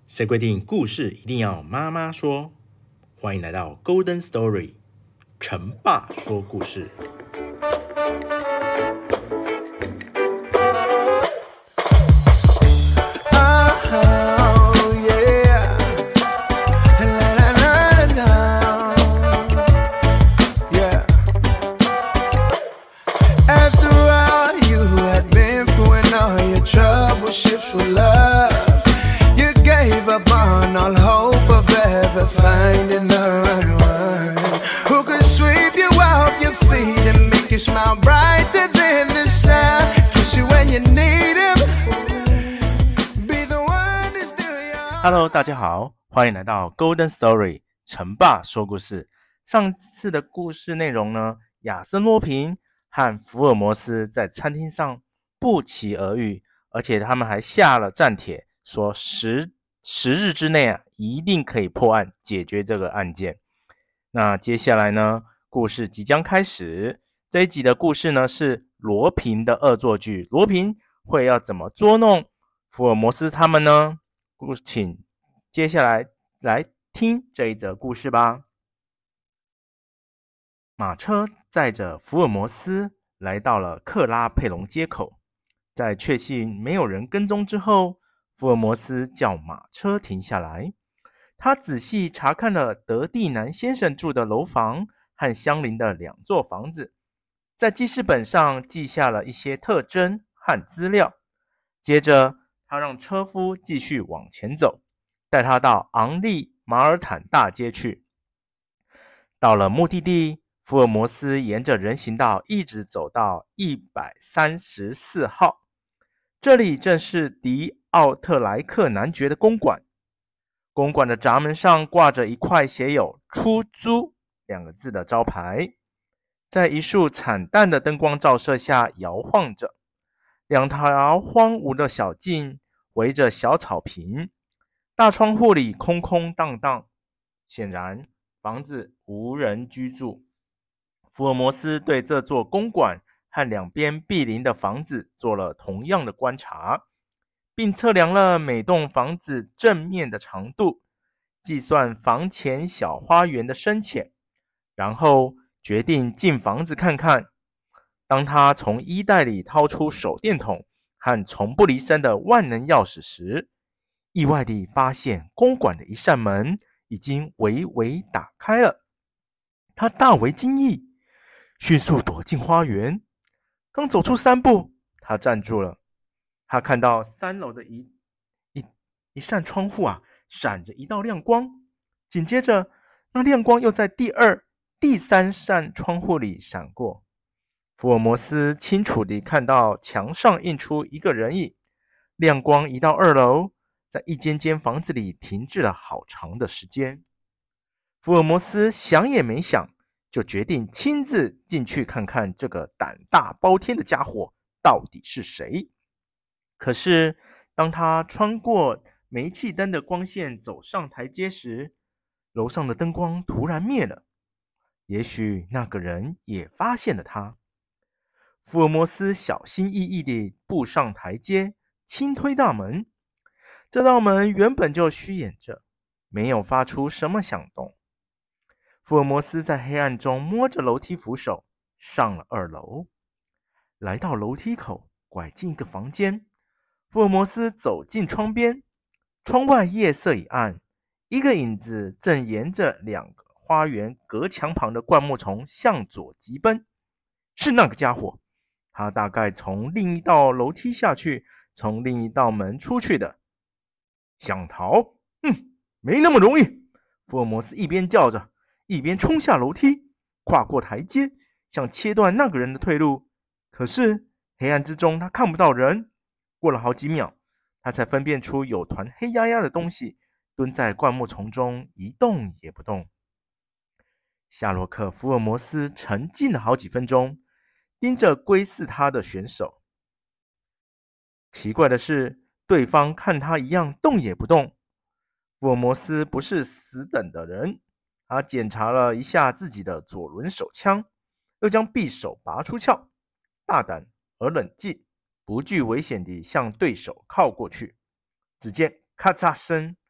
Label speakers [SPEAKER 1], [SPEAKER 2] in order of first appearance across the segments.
[SPEAKER 1] 谁规定故事一定要妈妈说？欢迎来到 Golden Story， 陈爸说故事。Hello， 大家好，欢迎来到 Golden Story， 陈爸说故事。上次的故事内容呢，亚森罗平和福尔摩斯在餐厅上不期而遇，而且他们还下了战帖，说十日之内一定可以破案，解决这个案件。那接下来呢，故事即将开始。这一集的故事呢，是罗平的恶作剧。罗平会要怎么捉弄福尔摩斯他们呢？请接下来听这一则故事吧。马车载着福尔摩斯来到了克拉佩隆街口，在确信没有人跟踪之后，福尔摩斯叫马车停下来。他仔细查看了德蒂南先生住的楼房和相邻的两座房子，在记事本上记下了一些特征和资料。接着他让车夫继续往前走，带他到昂利马尔坦大街去。到了目的地，福尔摩斯沿着人行道一直走到134号，这里正是迪奥特莱克男爵的公馆。公馆的闸门上挂着一块写有出租2个字的招牌，在一束惨淡的灯光照射下摇晃着。2条荒芜的小径围着小草坪，大窗户里空空荡荡，显然房子无人居住。福尔摩斯对这座公馆和两边毗邻的房子做了同样的观察，并测量了每栋房子正面的长度，计算房前小花园的深浅，然后决定进房子看看。当他从衣袋里掏出手电筒和从不离身的万能钥匙时，意外地发现公馆的一扇门已经微微打开了。他大为惊异，迅速躲进花园。刚走出3步，他站住了。他看到3楼的一扇窗户闪着一道亮光，紧接着那亮光又在第2、第3扇窗户里闪过。福尔摩斯清楚地看到墙上映出一个人影，亮光移到2楼，在一间间房子里停滞了好长的时间。福尔摩斯想也没想，就决定亲自进去看看这个胆大包天的家伙到底是谁。可是当他穿过煤气灯的光线走上台阶时，楼上的灯光突然灭了。也许那个人也发现了他。福尔摩斯小心翼翼地步上台阶，轻推大门。这道门原本就虚掩着，没有发出什么响动。福尔摩斯在黑暗中摸着楼梯扶手，上了2楼。来到楼梯口，拐进一个房间。福尔摩斯走进窗边，窗外夜色已暗，一个影子正沿着2个花园隔墙旁的灌木丛向左疾奔。是那个家伙，他大概从另一道楼梯下去，从另一道门出去的。想逃？没那么容易！福尔摩斯一边叫着，一边冲下楼梯，跨过台阶，想切断那个人的退路。可是黑暗之中他看不到人。过了好几秒，他才分辨出有团黑压压的东西蹲在灌木丛中，一动也不动。夏洛克·福尔摩斯沉静了好几分钟，盯着窥视他的选手。奇怪的是，对方看他一样动也不动。福尔摩斯不是死等的人，他检查了一下自己的左轮手枪，又将匕首拔出鞘，大胆而冷静，不惧危险地向对手靠过去。只见咔嚓声，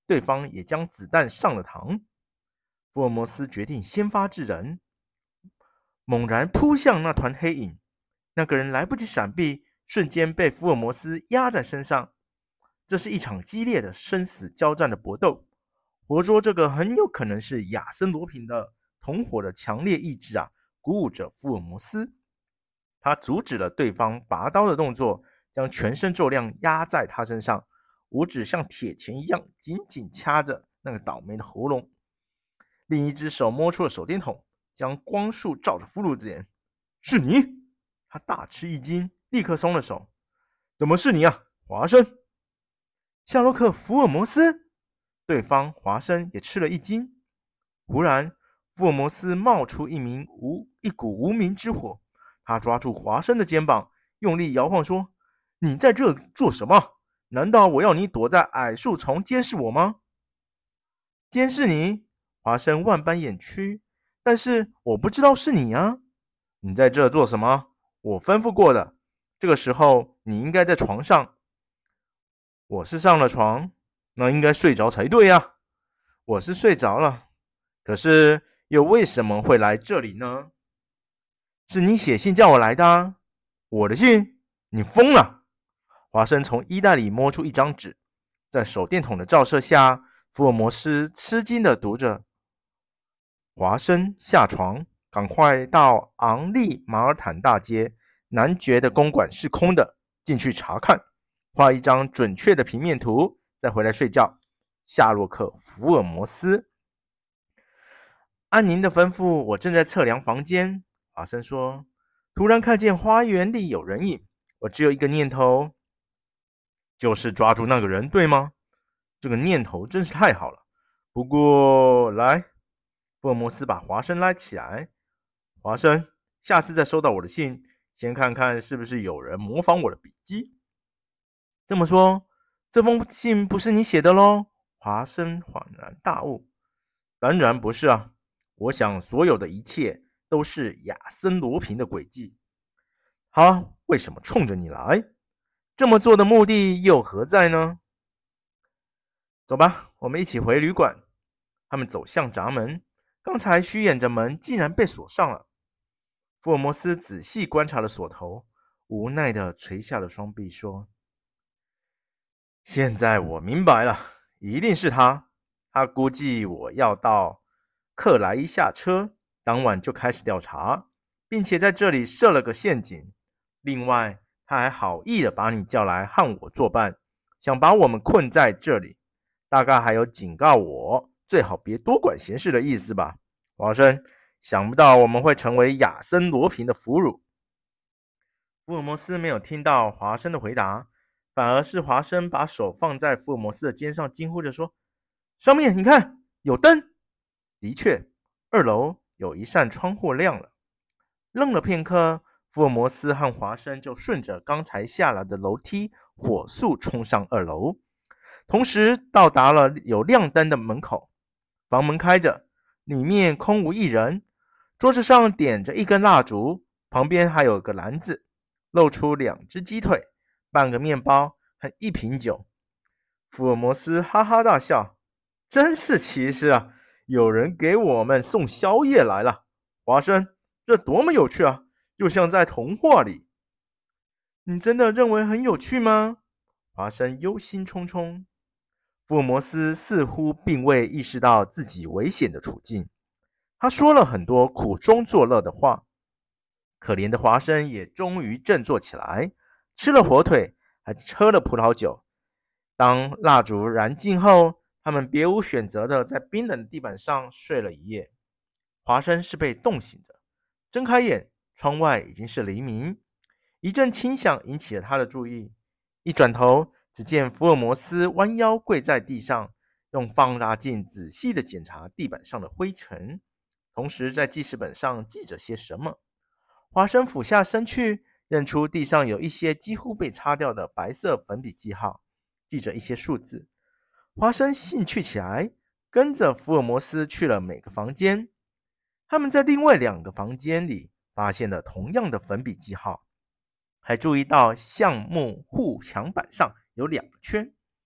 [SPEAKER 1] 对方也将子弹上了膛。福尔摩斯决定先发制人，猛然扑向那团黑影。那个人来不及闪避，瞬间被福尔摩斯压在身上。这是一场激烈的生死交战的搏斗。活捉这个很有可能是亚森罗平的同伙的强烈意志鼓舞着福尔摩斯。他阻止了对方拔刀的动作，将全身重量压在他身上，五指像铁钳一样紧紧掐着那个倒霉的喉咙。另一只手摸出了手电筒，将光束照着俘虏的脸。是你！他大吃一惊，立刻松了手。怎么是你啊，华生？夏洛克·福尔摩斯！对方华生也吃了一惊。忽然，福尔摩斯冒出一股无名之火，他抓住华生的肩膀，用力摇晃说：“你在这做什么？难道我要你躲在矮树丛监视我吗？”监视你？华生万般掩屈，但是我不知道是你啊！你在这做什么？我吩咐过的。这个时候你应该在床上。我是上了床，那应该睡着才对呀。我是睡着了，可是又为什么会来这里呢？是你写信叫我来的啊。我的信？你疯了！华生从衣袋里摸出一张纸，在手电筒的照射下，福尔摩斯吃惊地读着：华生下床，赶快到昂利马尔坦大街男爵的公馆是空的，进去查看，画一张准确的平面图，再回来睡觉。夏洛克·福尔摩斯。按您的吩咐，我正在测量房间。华生说，突然看见花园里有人影，我只有一个念头，就是抓住那个人，对吗？这个念头真是太好了。不过，来，福尔摩斯把华生拉起来。华生，下次再收到我的信，先看看是不是有人模仿我的笔迹。这么说，这封信不是你写的咯？华生恍然大悟。当然不是啊，我想所有的一切都是亚森罗平的诡计。他为什么冲着你来？这么做的目的又何在呢？走吧，我们一起回旅馆。他们走向闸门，刚才虚掩着门竟然被锁上了。福尔摩斯仔细观察了锁头，无奈地垂下了双臂，说：“现在我明白了，一定是他。他估计我要到克莱伊下车，当晚就开始调查，并且在这里设了个陷阱。另外，他还好意的把你叫来和我作伴，想把我们困在这里。大概还有警告我最好别多管闲事的意思吧。华生，想不到我们会成为亚森罗平的俘虏。”福尔摩斯没有听到华生的回答，反而是华生把手放在福尔摩斯的肩上，惊呼着说：“上面你看，有灯！”的确，二楼有一扇窗户亮了。愣了片刻，福尔摩斯和华生就顺着刚才下来的楼梯火速冲上二楼，同时到达了有亮灯的门口。房门开着，里面空无一人，桌子上点着一根蜡烛，旁边还有个篮子，露出2只鸡腿、半个面包和1瓶酒。福尔摩斯哈哈大笑：“真是奇事啊！有人给我们送宵夜来了。华生，这多么有趣啊，就像在童话里。”你真的认为很有趣吗？华生忧心忡忡。福尔摩斯似乎并未意识到自己危险的处境，他说了很多苦中作乐的话。可怜的华生也终于振作起来，吃了火腿，还喝了葡萄酒。当蜡烛燃尽后，他们别无选择的在冰冷的地板上睡了一夜。华生是被冻醒的，睁开眼，窗外已经是黎明。一阵轻响引起了他的注意，一转头，只见福尔摩斯弯腰跪在地上，用放大镜仔细地检查地板上的灰尘，同时在记事本上记着些什么。华生俯下身去，认出地上有一些几乎被擦掉的白色粉笔记号，记着一些数字。华生兴趣起来，跟着福尔摩斯去了每个房间。他们在另外2个房间里发现了同样的粉笔记号，还注意到橡木护墙板上有2个圈，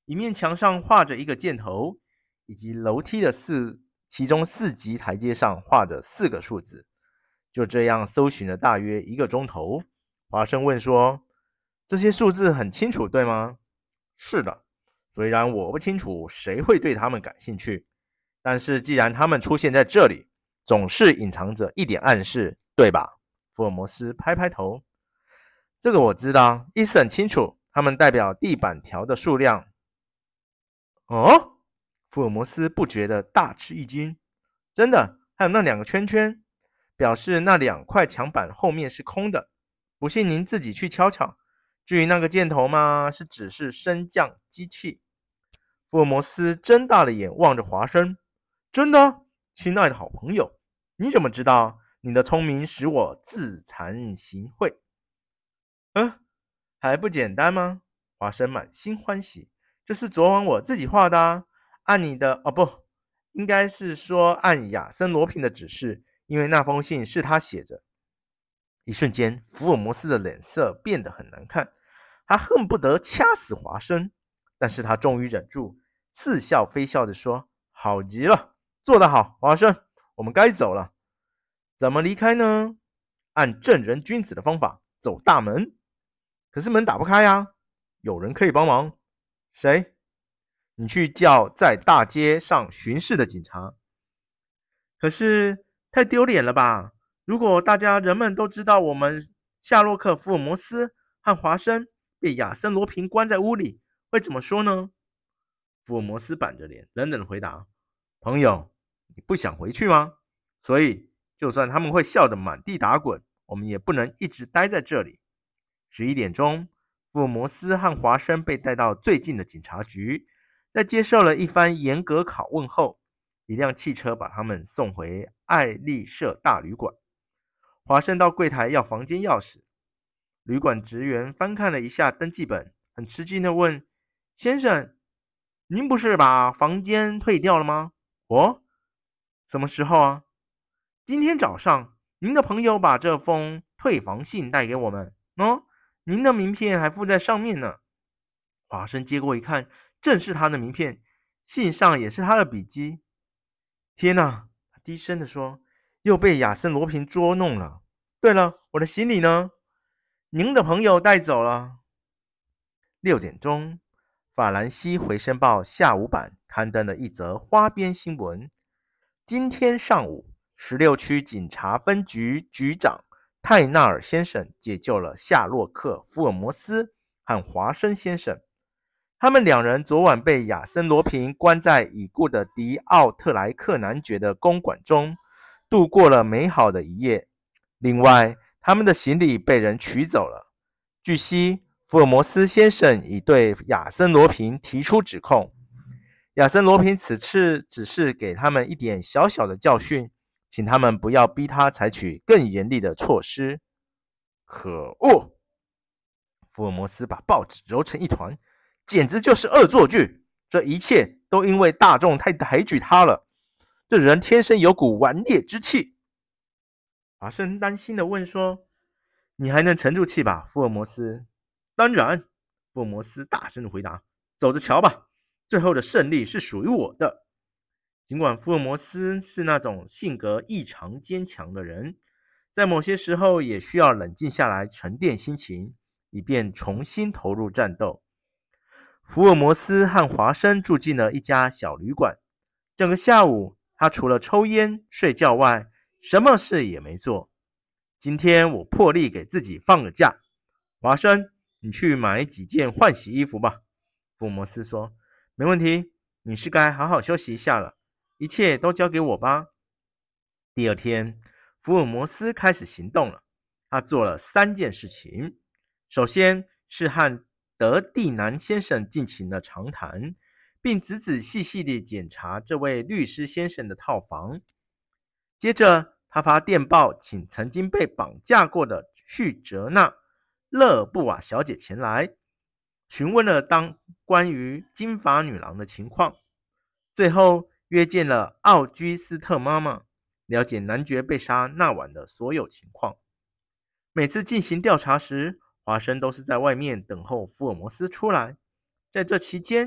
[SPEAKER 1] 一面墙上画着一个箭头，以及楼梯的其中4级台阶上画着4个数字。就这样搜寻了大约1个钟头。华生问说：“这些数字很清楚，对吗？”“是的，虽然我不清楚谁会对他们感兴趣，但是既然他们出现在这里，总是隐藏着一点暗示，对吧？”福尔摩斯拍拍头：“这个我知道，意思很清楚，它们代表地板条的数量。”“哦！”福尔摩斯不觉得大吃一惊。“真的，还有那2个圈圈，表示那2块墙板后面是空的。不信您自己去瞧瞧。至于那个箭头嘛，是指示升降机器。”福尔摩斯睁大了眼望着华生：“真的，亲爱的好朋友，你怎么知道？你的聪明使我自惭形秽。”“还不简单吗？”华生满心欢喜。“这是昨晚我自己画的啊，按你的……哦不，应该是说按亚森罗平的指示，因为那封信是他写着。”一瞬间，福尔摩斯的脸色变得很难看，他恨不得掐死华生，但是他终于忍住，似笑非笑地说：“好极了，做得好，华生，我们该走了。”“怎么离开呢？”“按正人君子的方法，走大门。”“可是门打不开啊。”“有人可以帮忙。”“谁？”“你去叫在大街上巡视的警察。”“可是太丢脸了吧？如果人们都知道我们夏洛克·福尔摩斯和华生被亚森·罗平关在屋里，会怎么说呢？”福尔摩斯板着脸，冷冷的回答：“朋友，你不想回去吗？所以，就算他们会笑得满地打滚，我们也不能一直待在这里。”11点钟，福尔摩斯和华生被带到最近的警察局，在接受了一番严格拷问后，一辆汽车把他们送回爱丽舍大旅馆。华生到柜台要房间钥匙，旅馆职员翻看了一下登记本，很吃惊的问：“先生，您不是把房间退掉了吗？”“哦，什么时候啊？”“今天早上，您的朋友把这封退房信带给我们，您的名片还附在上面呢。”华生接过一看，正是他的名片，信上也是他的笔迹。“天哪！”他低声地说，“又被亚森·罗平捉弄了。对了，我的行李呢？”“您的朋友带走了。”6点钟，法兰西回声报下午版刊登了一则花边新闻：今天上午，16区警察分局局长泰纳尔先生解救了夏洛克·福尔摩斯和华生先生。他们2人昨晚被亚森·罗平关在已故的迪奥特莱克男爵的公馆中，度过了美好的一夜。另外，他们的行李被人取走了。据悉，福尔摩斯先生已对亚森·罗平提出指控。亚森·罗平此次只是给他们一点小小的教训，请他们不要逼他采取更严厉的措施。可恶！福尔摩斯把报纸揉成一团，简直就是恶作剧。这一切都因为大众太抬举他了。这人天生有股顽劣之气。华生担心地问说：“你还能沉住气吧，福尔摩斯？”“当然。”福尔摩斯大声地回答，“走着瞧吧，最后的胜利是属于我的。”尽管福尔摩斯是那种性格异常坚强的人，在某些时候也需要冷静下来沉淀心情，以便重新投入战斗。福尔摩斯和华生住进了一家小旅馆，整个下午他除了抽烟睡觉外，什么事也没做。今天我破例给自己放个假。华生，你去买几件换洗衣服吧。”福尔摩斯说。“没问题，你是该好好休息一下了。一切都交给我吧。”第二天，福尔摩斯开始行动了。他做了3件事情。首先是和德蒂南先生进行了长谈，并仔仔细细地检查这位律师先生的套房。接着，他发电报请曾经被绑架过的叙哲娜·勒布瓦小姐前来，询问了关于金发女郎的情况。最后约见了奥居斯特妈妈，了解男爵被杀那晚的所有情况。每次进行调查时，华生都是在外面等候福尔摩斯出来。在这期间，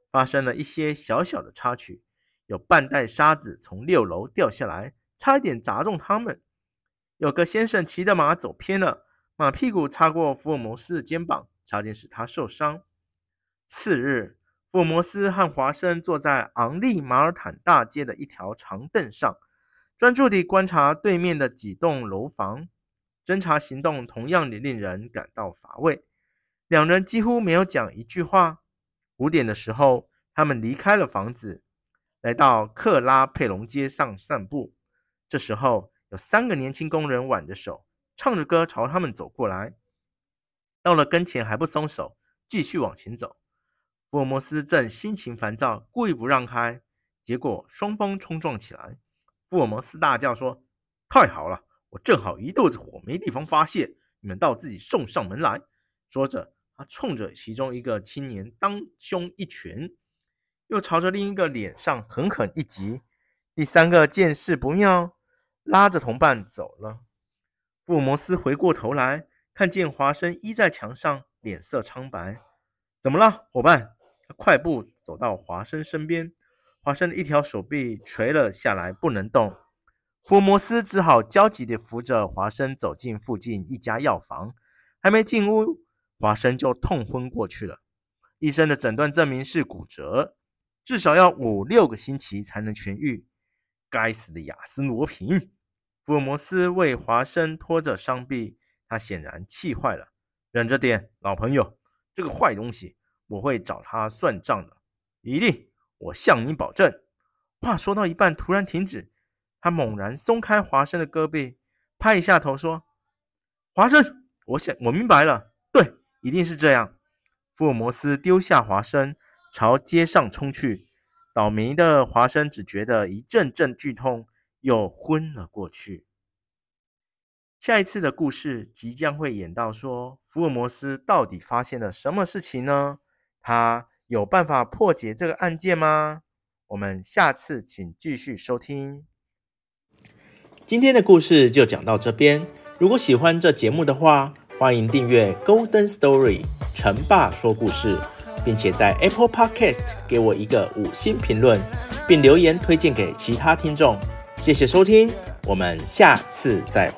[SPEAKER 1] 发生了一些小小的插曲，有半袋沙子从6楼掉下来，差一点砸中他们。有个先生骑的马走偏了，马屁股擦过福尔摩斯的肩膀，差点使他受伤。次日，福尔摩斯和华生坐在昂利马尔坦大街的一条长凳上，专注地观察对面的几栋楼房。侦查行动同样的令人感到乏味，两人几乎没有讲一句话。5点的时候，他们离开了房子，来到克拉佩隆街上散步。这时候，有3个年轻工人挽着手，唱着歌朝他们走过来。到了跟前还不松手，继续往前走。福尔摩斯正心情烦躁，故意不让开，结果双方冲撞起来。福尔摩斯大叫说：“太好了，我正好一肚子火没地方发泄，你们倒自己送上门来。”说着，他冲着其中一个青年当胸一拳，又朝着另一个脸上狠狠一击。第3个见势不妙，拉着同伴走了。福尔摩斯回过头来，看见华生依在墙上，脸色苍白。怎么了，伙伴？他快步走到华生身边，华生的一条手臂垂了下来，不能动。福尔摩斯只好焦急地扶着华生走进附近一家药房。还没进屋，华生就痛昏过去了。医生的诊断证明是骨折，至少要5-6个星期才能痊愈。该死的雅斯罗平！福尔摩斯为华生拖着伤臂，他显然气坏了。忍着点，老朋友，这个坏东西，我会找他算账的，一定，我向你保证。话说到一半，突然停止，他猛然松开华生的胳膊，拍一下头说：“华生，我明白了，对，一定是这样。”福尔摩斯丢下华生，朝街上冲去。倒霉的华生只觉得一阵阵剧痛，又昏了过去。下一次的故事即将会演到说，福尔摩斯到底发现了什么事情呢？他有办法破解这个案件吗？我们下次请继续收听。今天的故事就讲到这边。如果喜欢这节目的话，欢迎订阅 Golden Story 陈爸说故事，并且在 Apple Podcast 给我一个5星评论，并留言推荐给其他听众。谢谢收听，我们下次再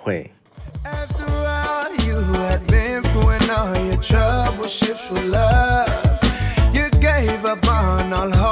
[SPEAKER 1] 会。Troubleships with love, you gave up on all hope.